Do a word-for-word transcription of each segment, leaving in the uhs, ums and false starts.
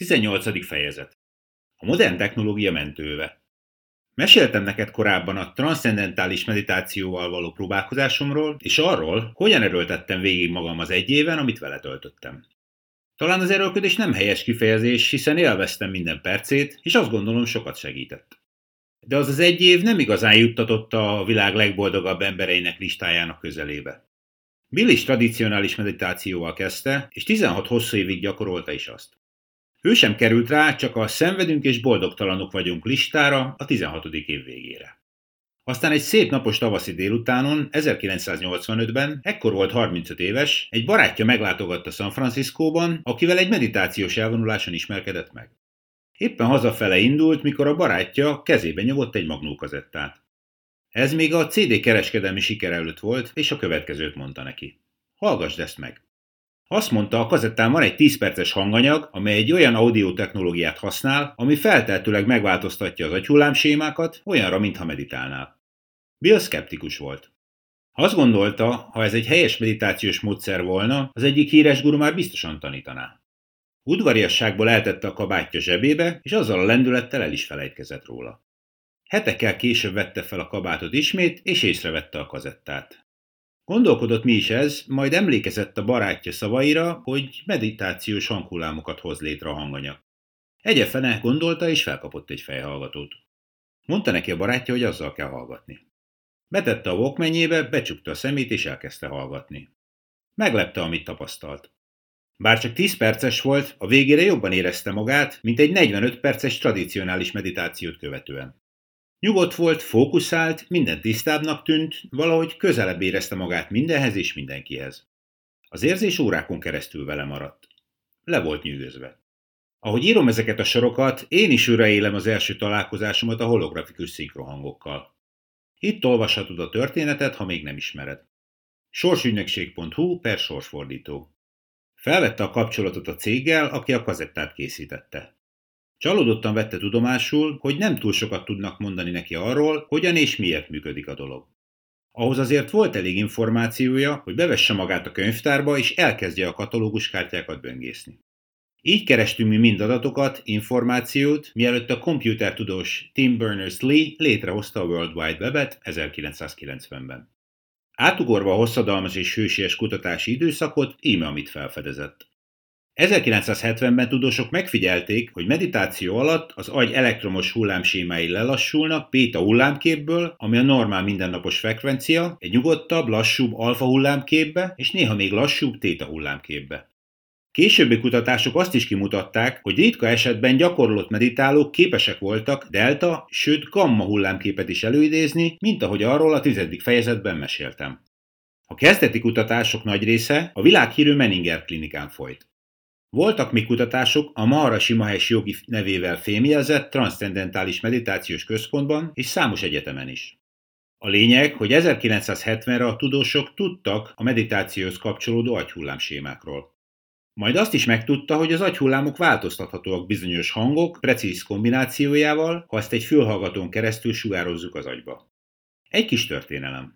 tizennyolcadik fejezet. A modern technológia mentőve. Meséltem neked korábban a transzcendentális meditációval való próbálkozásomról, és arról, hogyan erőltettem végig magam az egy éven, amit vele töltöttem. Talán az erőlködés nem helyes kifejezés, hiszen élveztem minden percét, és azt gondolom sokat segített. De az az egy év nem igazán juttatott a világ legboldogabb embereinek listájának közelébe. Bill is tradicionális meditációval kezdte, és tizenhat hosszú évig gyakorolta is azt. Ő sem került rá, csak a szenvedünk és boldogtalanok vagyunk listára a tizenhatodik év végére. Aztán egy szép napos tavaszi délutánon, ezerkilencszáznyolcvanötben, ekkor volt harmincöt éves, egy barátja meglátogatta San Franciscóban, akivel egy meditációs elvonuláson ismerkedett meg. Éppen hazafele indult, mikor a barátja kezébe nyomott egy magnókazettát. Ez még a cé dé kereskedelmi siker előtt volt, és a következőt mondta neki. Hallgassd ezt meg! Azt mondta, a kazettán van egy tíz perces hanganyag, amely egy olyan audio technológiát használ, ami feltehetőleg megváltoztatja az agyhullámsémákat, olyanra, mintha meditálnál. Bill szkeptikus volt. Azt gondolta, ha ez egy helyes meditációs módszer volna, az egyik híres guru már biztosan tanítaná. Udvariasságból eltette a kabátja zsebébe, és azzal a lendülettel el is felejtkezett róla. Hetekkel később vette fel a kabátot ismét, és észrevette a kazettát. Gondolkodott, mi is ez, majd emlékezett a barátja szavaira, hogy meditációs hanghullámokat hoz létre a hanganyag. Egyefene gondolta, és felkapott egy fejhallgatót. Mondta neki a barátja, hogy azzal kell hallgatni. Betette a walkmanjébe, becsukta a szemét, és elkezdte hallgatni. Meglepte, amit tapasztalt. Bár csak tíz perces volt, a végére jobban érezte magát, mint egy negyvenöt perces tradicionális meditációt követően. Nyugodt volt, fókuszált, minden tisztábbnak tűnt, valahogy közelebb érezte magát mindenhez és mindenkihez. Az érzés órákon keresztül vele maradt. Le volt nyűgözve. Ahogy írom ezeket a sorokat, én is újraélem az első találkozásomat a holografikus szinkrohangokkal. Itt olvashatod a történetet, ha még nem ismered. sorsügynökség pont hu per sorsfordító. Felvette a kapcsolatot a céggel, aki a kazettát készítette. Csalódottan vette tudomásul, hogy nem túl sokat tudnak mondani neki arról, hogyan és miért működik a dolog. Ahhoz azért volt elég információja, hogy bevesse magát a könyvtárba és elkezdje a katalóguskártyákat böngészni. Így kerestünk mi mind adatokat, információt, mielőtt a komputertudós Tim Berners-Lee létrehozta a World Wide Webet ezerkilencszázkilencvenben. Átugorva a hosszadalmas és hősies kutatási időszakot, íme amit felfedezett. ezerkilencszázhetvenben tudósok megfigyelték, hogy meditáció alatt az agy elektromos hullámsémái lelassulnak béta hullámképből, ami a normál mindennapos frekvencia, egy nyugodtabb, lassúbb alfa hullámképbe, és néha még lassúbb téta hullámképbe. Későbbi kutatások azt is kimutatták, hogy ritka esetben gyakorlott meditálók képesek voltak delta, sőt gamma hullámképet is előidézni, mint ahogy arról a tizedik fejezetben meséltem. A kezdeti kutatások nagy része a világhírű Menninger klinikán folyt. Voltak még kutatások a Maharishi Mahesh Yogi nevével fémjelzett transzcendentális meditációs központban és számos egyetemen is. A lényeg, hogy ezerkilencszázhetvenre a tudósok tudtak a meditációhoz kapcsolódó agyhullámsémákról. Majd azt is megtudta, hogy az agyhullámok változtathatóak bizonyos hangok precíz kombinációjával, ha ezt egy fülhallgatón keresztül sugározzuk az agyba. Egy kis történelem.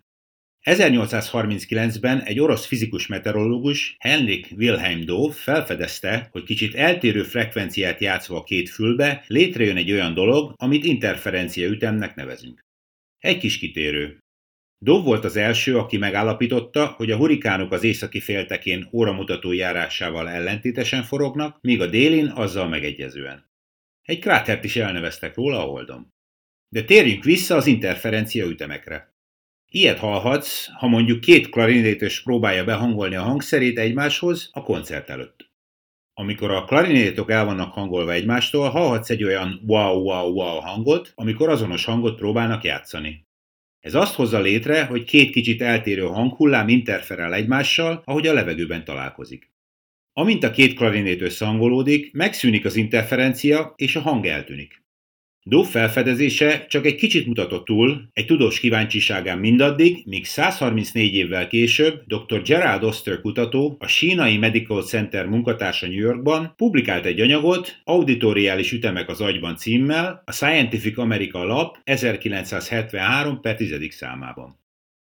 ezernyolcszázharminckilencben egy orosz fizikus meteorológus, Henrik Wilhelm Dove felfedezte, hogy kicsit eltérő frekvenciát játszva a két fülbe létrejön egy olyan dolog, amit interferencia ütemnek nevezünk. Egy kis kitérő. Dove volt az első, aki megállapította, hogy a hurikánok az északi féltekén óramutató járásával ellentétesen forognak, míg a délin azzal megegyezően. Egy krátert is elneveztek róla a Holdon. De térjünk vissza az interferencia ütemekre. Ilyet hallhatsz, ha mondjuk két klarinétos próbálja behangolni a hangszerét egymáshoz a koncert előtt. Amikor a klarinétok el vannak hangolva egymástól, hallhatsz egy olyan wow-wow-wow hangot, amikor azonos hangot próbálnak játszani. Ez azt hozza létre, hogy két kicsit eltérő hanghullám interferál egymással, ahogy a levegőben találkozik. Amint a két klarinét összehangolódik, megszűnik az interferencia, és a hang eltűnik. Dove felfedezése csak egy kicsit mutatott túl, egy tudós kíváncsiságán mindaddig, míg százharmincnégy évvel később doktor Gerald Oster kutató, a Sínai Medical Center munkatársa New Yorkban publikált egy anyagot, Auditoriális ütemek az agyban címmel, a Scientific American Lab ezerkilencszázhetvenhárom per tízedik számában.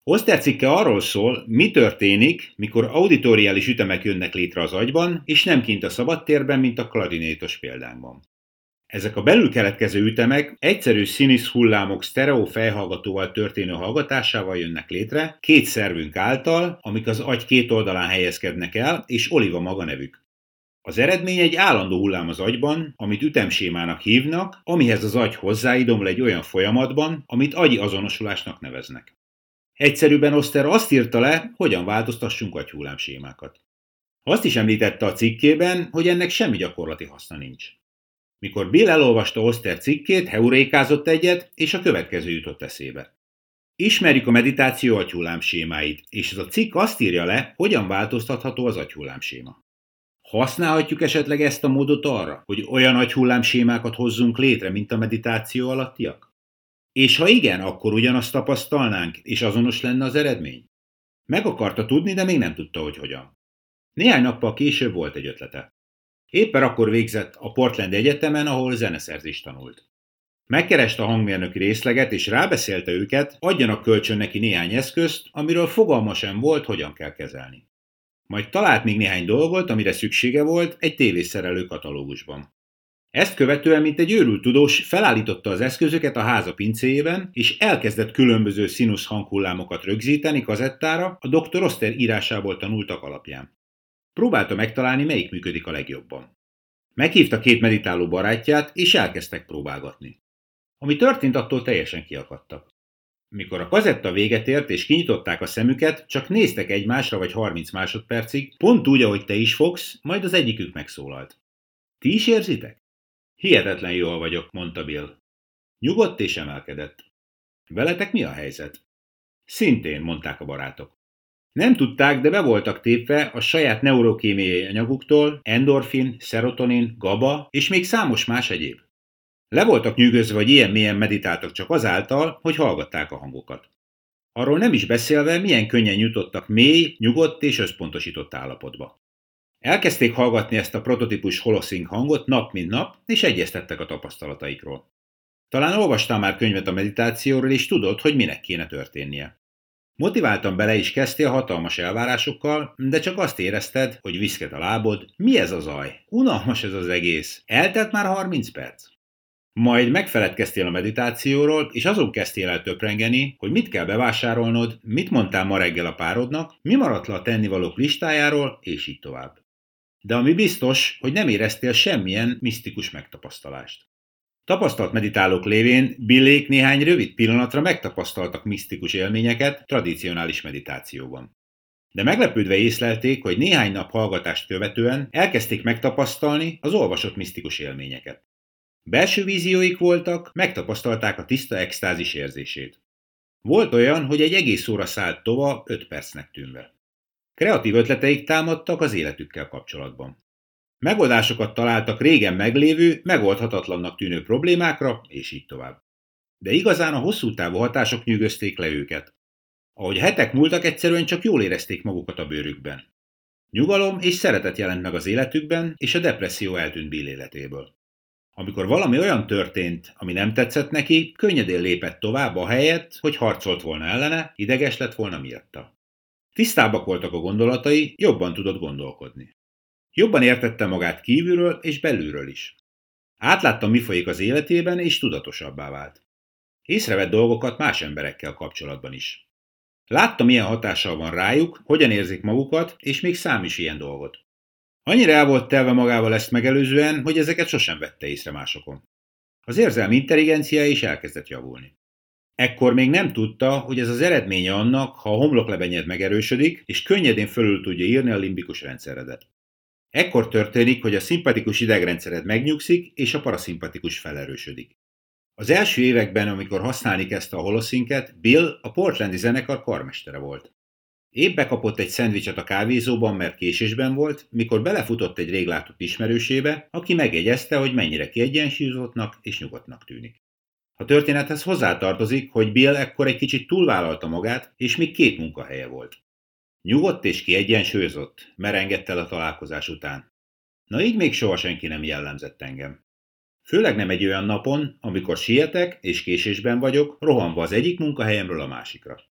Oster cikke arról szól, mi történik, mikor auditoriális ütemek jönnek létre az agyban, és nem kint a szabadtérben, mint a klarinétos példánkban. Ezek a belül keletkező ütemek egyszerű színisz hullámok sztereó fejhallgatóval történő hallgatásával jönnek létre, két szervünk által, amik az agy két oldalán helyezkednek el, és oliva maga nevük. Az eredmény egy állandó hullám az agyban, amit ütemsémának hívnak, amihez az agy hozzáidomul egy olyan folyamatban, amit agyi azonosulásnak neveznek. Egyszerűbben Oster azt írta le, hogyan változtassunk agyhullámsémákat. Azt is említette a cikkében, hogy ennek semmi gyakorlati haszna nincs. Mikor Bill elolvasta Oster cikkét, heurékázott egyet, és a következő jutott eszébe. Ismerjük a meditáció agyhullámsémáit, és ez a cikk azt írja le, hogyan változtatható az agyhullámséma. Használhatjuk esetleg ezt a módot arra, hogy olyan agyhullámsémákat hozzunk létre, mint a meditáció alattiak? És ha igen, akkor ugyanazt tapasztalnánk, és azonos lenne az eredmény? Meg akarta tudni, de még nem tudta, hogy hogyan. Néhány nappal később volt egy ötlete. Éppen akkor végzett a Portland Egyetemen, ahol zeneszerzést tanult. Megkereste a hangmérnöki részleget, és rábeszélte őket, adjanak kölcsön neki néhány eszközt, amiről fogalma sem volt, hogyan kell kezelni. Majd talált még néhány dolgot, amire szüksége volt egy tévészerelő katalógusban. Ezt követően, mint egy őrült tudós, felállította az eszközöket a háza pincéjében, és elkezdett különböző színusz hanghullámokat rögzíteni kazettára a doktor Oster írásából tanultak alapján. Próbálta megtalálni, melyik működik a legjobban. Meghívta két meditáló barátját, és elkezdtek próbálgatni. Ami történt, attól teljesen kiakadtak. Mikor a kazetta véget ért, és kinyitották a szemüket, csak néztek egymásra vagy harminc másodpercig, pont úgy, ahogy te is fogsz, majd az egyikük megszólalt. Ti is érzitek? Hihetetlen jól vagyok, mondta Bill. Nyugodt és emelkedett. Veletek mi a helyzet? Szintén, mondták a barátok. Nem tudták, de be voltak tépve a saját neurokémiai anyaguktól, endorfin, szerotonin, gaba és még számos más egyéb. Le voltak nyűgözve, hogy ilyen mélyen meditáltak csak azáltal, hogy hallgatták a hangokat. Arról nem is beszélve, milyen könnyen jutottak mély, nyugodt és összpontosított állapotba. Elkezdték hallgatni ezt a prototípus holoszink hangot nap mint nap, és egyeztettek a tapasztalataikról. Talán olvastál már könyvet a meditációról, és tudod, hogy minek kéne történnie. Motiváltan bele is kezdtél hatalmas elvárásokkal, de csak azt érezted, hogy viszket a lábod. Mi ez a zaj? Unalmas ez az egész. Eltelt már harminc perc. Majd megfeledkeztél a meditációról, és azon kezdtél el töprengeni, hogy mit kell bevásárolnod, mit mondtál ma reggel a párodnak, mi maradt le a tennivalók listájáról, és így tovább. De ami biztos, hogy nem éreztél semmilyen misztikus megtapasztalást. Tapasztalt meditálók lévén Billék néhány rövid pillanatra megtapasztaltak misztikus élményeket tradicionális meditációban. De meglepődve észlelték, hogy néhány nap hallgatást követően elkezdték megtapasztalni az olvasott misztikus élményeket. Belső vízióik voltak, megtapasztalták a tiszta extázis érzését. Volt olyan, hogy egy egész óra szállt tova öt percnek tűnve. Kreatív ötleteik támadtak az életükkel kapcsolatban. Megoldásokat találtak régen meglévő, megoldhatatlannak tűnő problémákra, és így tovább. De igazán a hosszú távú hatások nyűgözték le őket. Ahogy hetek múltak, egyszerűen csak jól érezték magukat a bőrükben. Nyugalom és szeretet jelent meg az életükben, és a depresszió eltűnt Bill életéből. Amikor valami olyan történt, ami nem tetszett neki, könnyedén lépett tovább a helyet, hogy harcolt volna ellene, ideges lett volna miatta. Tisztábbak voltak a gondolatai, jobban tudott gondolkodni. Jobban értette magát kívülről és belülről is. Átlátta, mi folyik az életében, és tudatosabbá vált. Észrevett dolgokat más emberekkel kapcsolatban is. Látta, milyen hatással van rájuk, hogyan érzik magukat, és még szám is ilyen dolgot. Annyira el volt telve magával ezt megelőzően, hogy ezeket sosem vette észre másokon. Az érzelmi intelligencia is elkezdett javulni. Ekkor még nem tudta, hogy ez az eredménye annak, ha a homloklebenyed megerősödik, és könnyedén fölül tudja írni a limbikus rendszeredet. Ekkor történik, hogy a szimpatikus idegrendszered megnyugszik, és a paraszimpatikus felerősödik. Az első években, amikor használni kezdte a holoszinket, Bill a portlandi zenekar karmestere volt. Épp bekapott egy szendvicset a kávézóban, mert késésben volt, mikor belefutott egy rég látott ismerősébe, aki megjegyezte, hogy mennyire kiegyensúlyozottnak és nyugodtnak tűnik. A történethez hozzátartozik, hogy Bill ekkor egy kicsit túlvállalta magát, és még két munkahelye volt. Nyugodt és kiegyensúlyozott, merengett el a találkozás után. Na így még soha senki nem jellemzett engem. Főleg nem egy olyan napon, amikor sietek és késésben vagyok, rohanva az egyik munkahelyemről a másikra.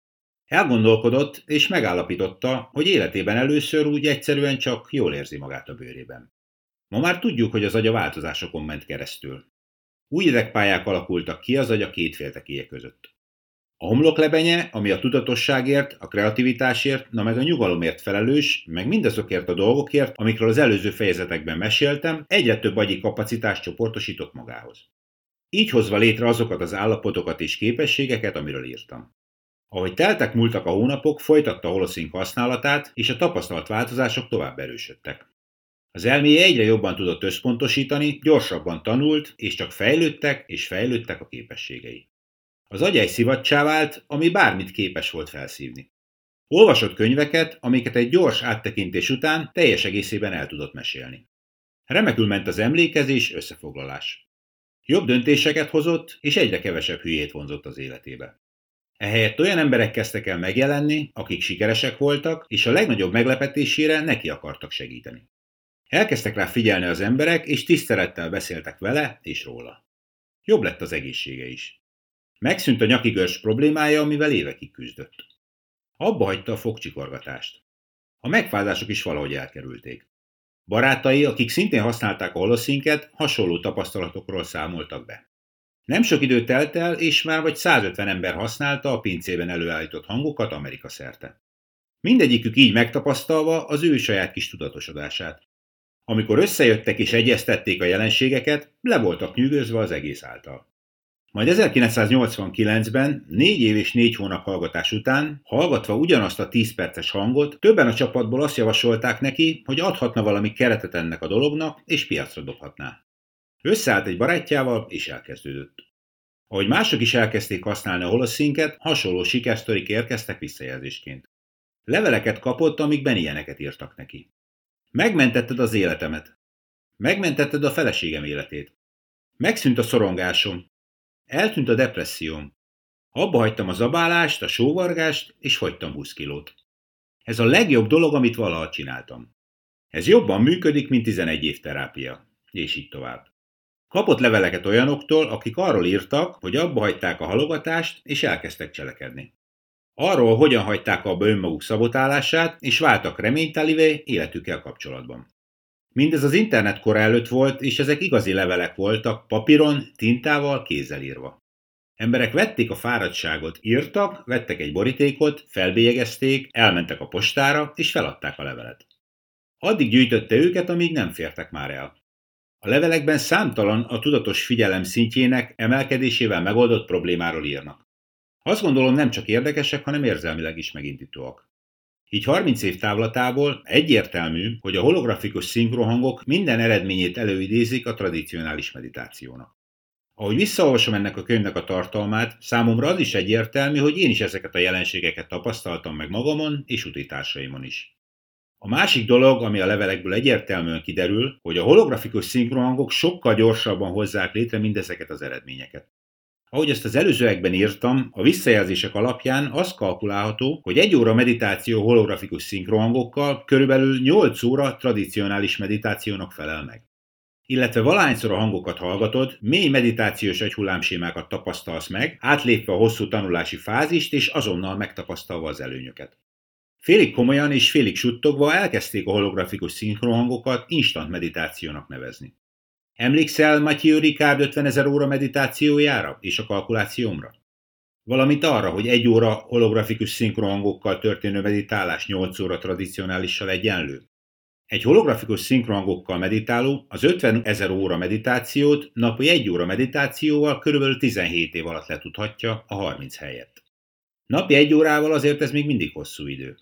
Elgondolkodott, és megállapította, hogy életében először úgy egyszerűen csak jól érzi magát a bőrében. Ma már tudjuk, hogy az agya változásokon ment keresztül. Új idegpályák alakultak ki az agya két féltekéje között. A homloklebenye, ami a tudatosságért, a kreativitásért, na meg a nyugalomért felelős, meg mindazokért a dolgokért, amikről az előző fejezetekben meséltem, egyre több agyi kapacitást csoportosított magához. Így hozva létre azokat az állapotokat és képességeket, amiről írtam. Ahogy teltek múltak a hónapok, folytatta a holoszink használatát, és a tapasztalt változások tovább erősödtek. Az elméje egyre jobban tudott összpontosítani, gyorsabban tanult, és csak fejlődtek és fejlődtek a képességei. Az agy egy szivacsá vált, ami bármit képes volt felszívni. Olvasott könyveket, amiket egy gyors áttekintés után teljes egészében el tudott mesélni. Remekül ment az emlékezés, összefoglalás. Jobb döntéseket hozott, és egyre kevesebb hülyét vonzott az életébe. Ehelyett olyan emberek kezdtek el megjelenni, akik sikeresek voltak, és a legnagyobb meglepetésére neki akartak segíteni. Elkezdtek rá figyelni az emberek, és tisztelettel beszéltek vele és róla. Jobb lett az egészsége is. Megszűnt a nyakigörs problémája, amivel évekig küzdött. Abba hagyta a fogcsikorgatást. A megfázások is valahogy elkerülték. Barátai, akik szintén használták a holoszinket, hasonló tapasztalatokról számoltak be. Nem sok idő telt el, és már vagy százötven ember használta a pincében előállított hangokat Amerika szerte. Mindegyikük így megtapasztalva az ő saját kis tudatosodását. Amikor összejöttek és egyeztették a jelenségeket, le voltak nyűgözve az egész által. Majd ezerkilencszáznyolcvankilencben, négy év és négy hónap hallgatás után, hallgatva ugyanazt a tíz perces hangot, többen a csapatból azt javasolták neki, hogy adhatna valami keretet ennek a dolognak, és piacra dobhatná. Összeállt egy barátjával, és elkezdődött. Ahogy mások is elkezdték használni a holoszinket, hasonló sikersztorik érkeztek visszajelzésként. Leveleket kapott, amikben ilyeneket írtak neki. Megmentetted az életemet. Megmentetted a feleségem életét. Megszűnt a szorongásom. Eltűnt a depresszióm. Abba hagytam a zabálást, a sóvargást, és fogytam húsz kilót. Ez a legjobb dolog, amit valaha csináltam. Ez jobban működik, mint tizenegy év terápia. És így tovább. Kapott leveleket olyanoktól, akik arról írtak, hogy abba hagyták a halogatást, és elkezdtek cselekedni. Arról, hogyan hagyták abba önmaguk szabotálását, és váltak reménytelivé életükkel kapcsolatban. Mindez az internet kora előtt volt, és ezek igazi levelek voltak, papíron, tintával, kézzel írva. Emberek vették a fáradtságot, írtak, vettek egy borítékot, felbélyegezték, elmentek a postára, és feladták a levelet. Addig gyűjtötte őket, amíg nem fértek már el. A levelekben számtalan a tudatos figyelem szintjének emelkedésével megoldott problémáról írnak. Azt gondolom, nem csak érdekesek, hanem érzelmileg is megindítóak. Így harminc év távlatából egyértelmű, hogy a holografikus szinkrohangok minden eredményét előidézik a tradicionális meditációnak. Ahogy visszaolvasom ennek a könyvnek a tartalmát, számomra az is egyértelmű, hogy én is ezeket a jelenségeket tapasztaltam meg magamon és utitársaimon is. A másik dolog, ami a levelekből egyértelműen kiderül, hogy a holografikus szinkrohangok sokkal gyorsabban hozzák létre mindezeket az eredményeket. Ahogy ezt az előzőekben írtam, a visszajelzések alapján az kalkulálható, hogy egy óra meditáció holografikus szinkrohangokkal körülbelül nyolc óra tradicionális meditációnak felel meg. Illetve valahányszor a hangokat hallgatod, mély meditációs agyhullámsémákat tapasztalsz meg, átlépve a hosszú tanulási fázist és azonnal megtapasztalva az előnyöket. Félig komolyan és félig suttogva elkezdték a holografikus szinkrohangokat instant meditációnak nevezni. Emlékszel Mathieu Ricard ötvenezer óra meditációjára és a kalkulációmra? Valamint arra, hogy egy óra holografikus szinkrohangokkal történő meditálás nyolc óra tradicionálissal egyenlő? Egy holografikus szinkrohangokkal meditáló az ötvenezer óra meditációt napi egy óra meditációval körülbelül tizenhét év alatt letudhatja a harminc helyett. Napi egy órával azért ez még mindig hosszú idő.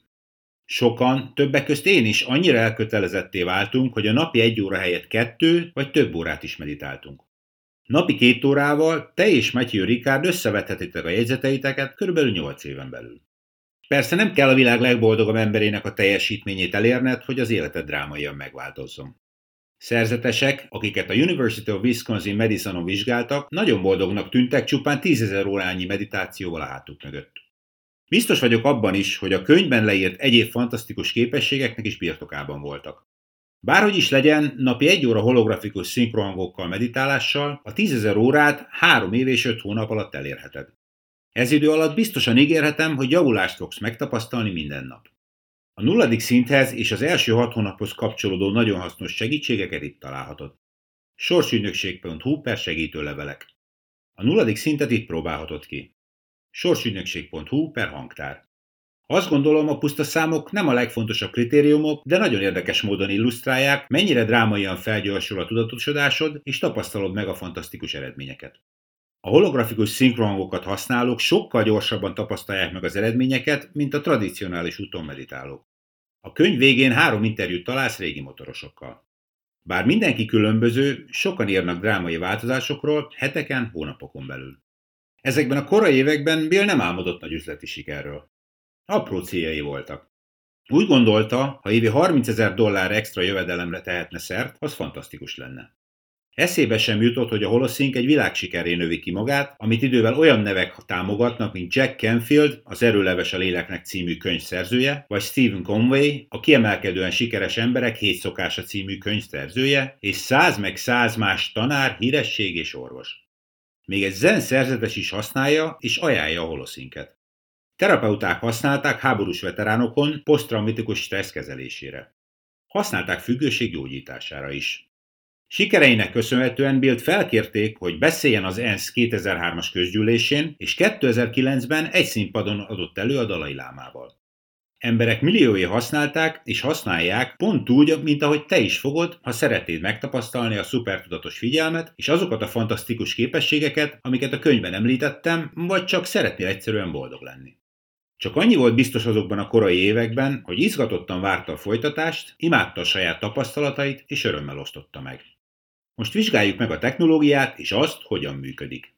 Sokan, többek közt én is annyira elkötelezetté váltunk, hogy a napi egy óra helyett kettő vagy több órát is meditáltunk. Napi két órával te és Mathieu Ricard összevethetitek a jegyzeteiteket körülbelül nyolc éven belül. Persze nem kell a világ legboldogabb emberének a teljesítményét elérned, hogy az életed drámaian megváltozzon. Szerzetesek, akiket a University of Wisconsin-Madisonon vizsgáltak, nagyon boldognak tűntek csupán tízezer órányi meditációval a hátuk mögött. Biztos vagyok abban is, hogy a könyvben leírt egyéb fantasztikus képességeknek is birtokában voltak. Bárhogy is legyen, napi egy óra holografikus szinkrohangokkal meditálással a tízezer órát három év és öt hónap alatt elérheted. Ez idő alatt biztosan ígérhetem, hogy javulást fogsz megtapasztalni minden nap. A nulladik szinthez és az első hat hónaphoz kapcsolódó nagyon hasznos segítségeket itt találhatod. sorsügynökség pont hu per segítőlevelek. A nulladik szintet itt próbálhatod ki. sorsügynökség pont hu per hangtár. Azt gondolom, a puszta számok nem a legfontosabb kritériumok, de nagyon érdekes módon illusztrálják, mennyire drámaian felgyorsul a tudatosodásod, és tapasztalod meg a fantasztikus eredményeket. A holografikus szinkronhangokat használók sokkal gyorsabban tapasztalják meg az eredményeket, mint a tradicionális úton meditálók. A könyv végén három interjút találsz régi motorosokkal. Bár mindenki különböző, sokan írnak drámai változásokról heteken, hónapokon belül. Ezekben a korai években Bill nem álmodott nagy üzleti sikerről. Apró céljai voltak. Úgy gondolta, ha évi harmincezer dollár extra jövedelemre tehetne szert, az fantasztikus lenne. Eszébe sem jutott, hogy a Holoszink egy világsikerré növi ki magát, amit idővel olyan nevek támogatnak, mint Jack Canfield, az Erőleves a léleknek című könyv szerzője, vagy Stephen Conway, a Kiemelkedően sikeres emberek hét szokása című könyv szerzője, és száz meg száz más tanár, híresség és orvos. Még egy zen szerzetes is használja és ajánlja a Holoszinket. Terapeuták használták háborús veteránokon posztraumatikus stressz kezelésére. Használták függőség gyógyítására is. Sikereinek köszönhetően Billt felkérték, hogy beszéljen az ENSZ kétezer-hármas közgyűlésén, és kétezer-kilencben egy színpadon adott elő a Dalai Lámával. Emberek milliói használták és használják pont úgy, mint ahogy te is fogod, ha szeretnéd megtapasztalni a szupertudatos figyelmet és azokat a fantasztikus képességeket, amiket a könyvben említettem, vagy csak szeretnél egyszerűen boldog lenni. Csak annyi volt biztos azokban a korai években, hogy izgatottan várta a folytatást, imádta a saját tapasztalatait és örömmel osztotta meg. Most vizsgáljuk meg a technológiát és azt, hogyan működik.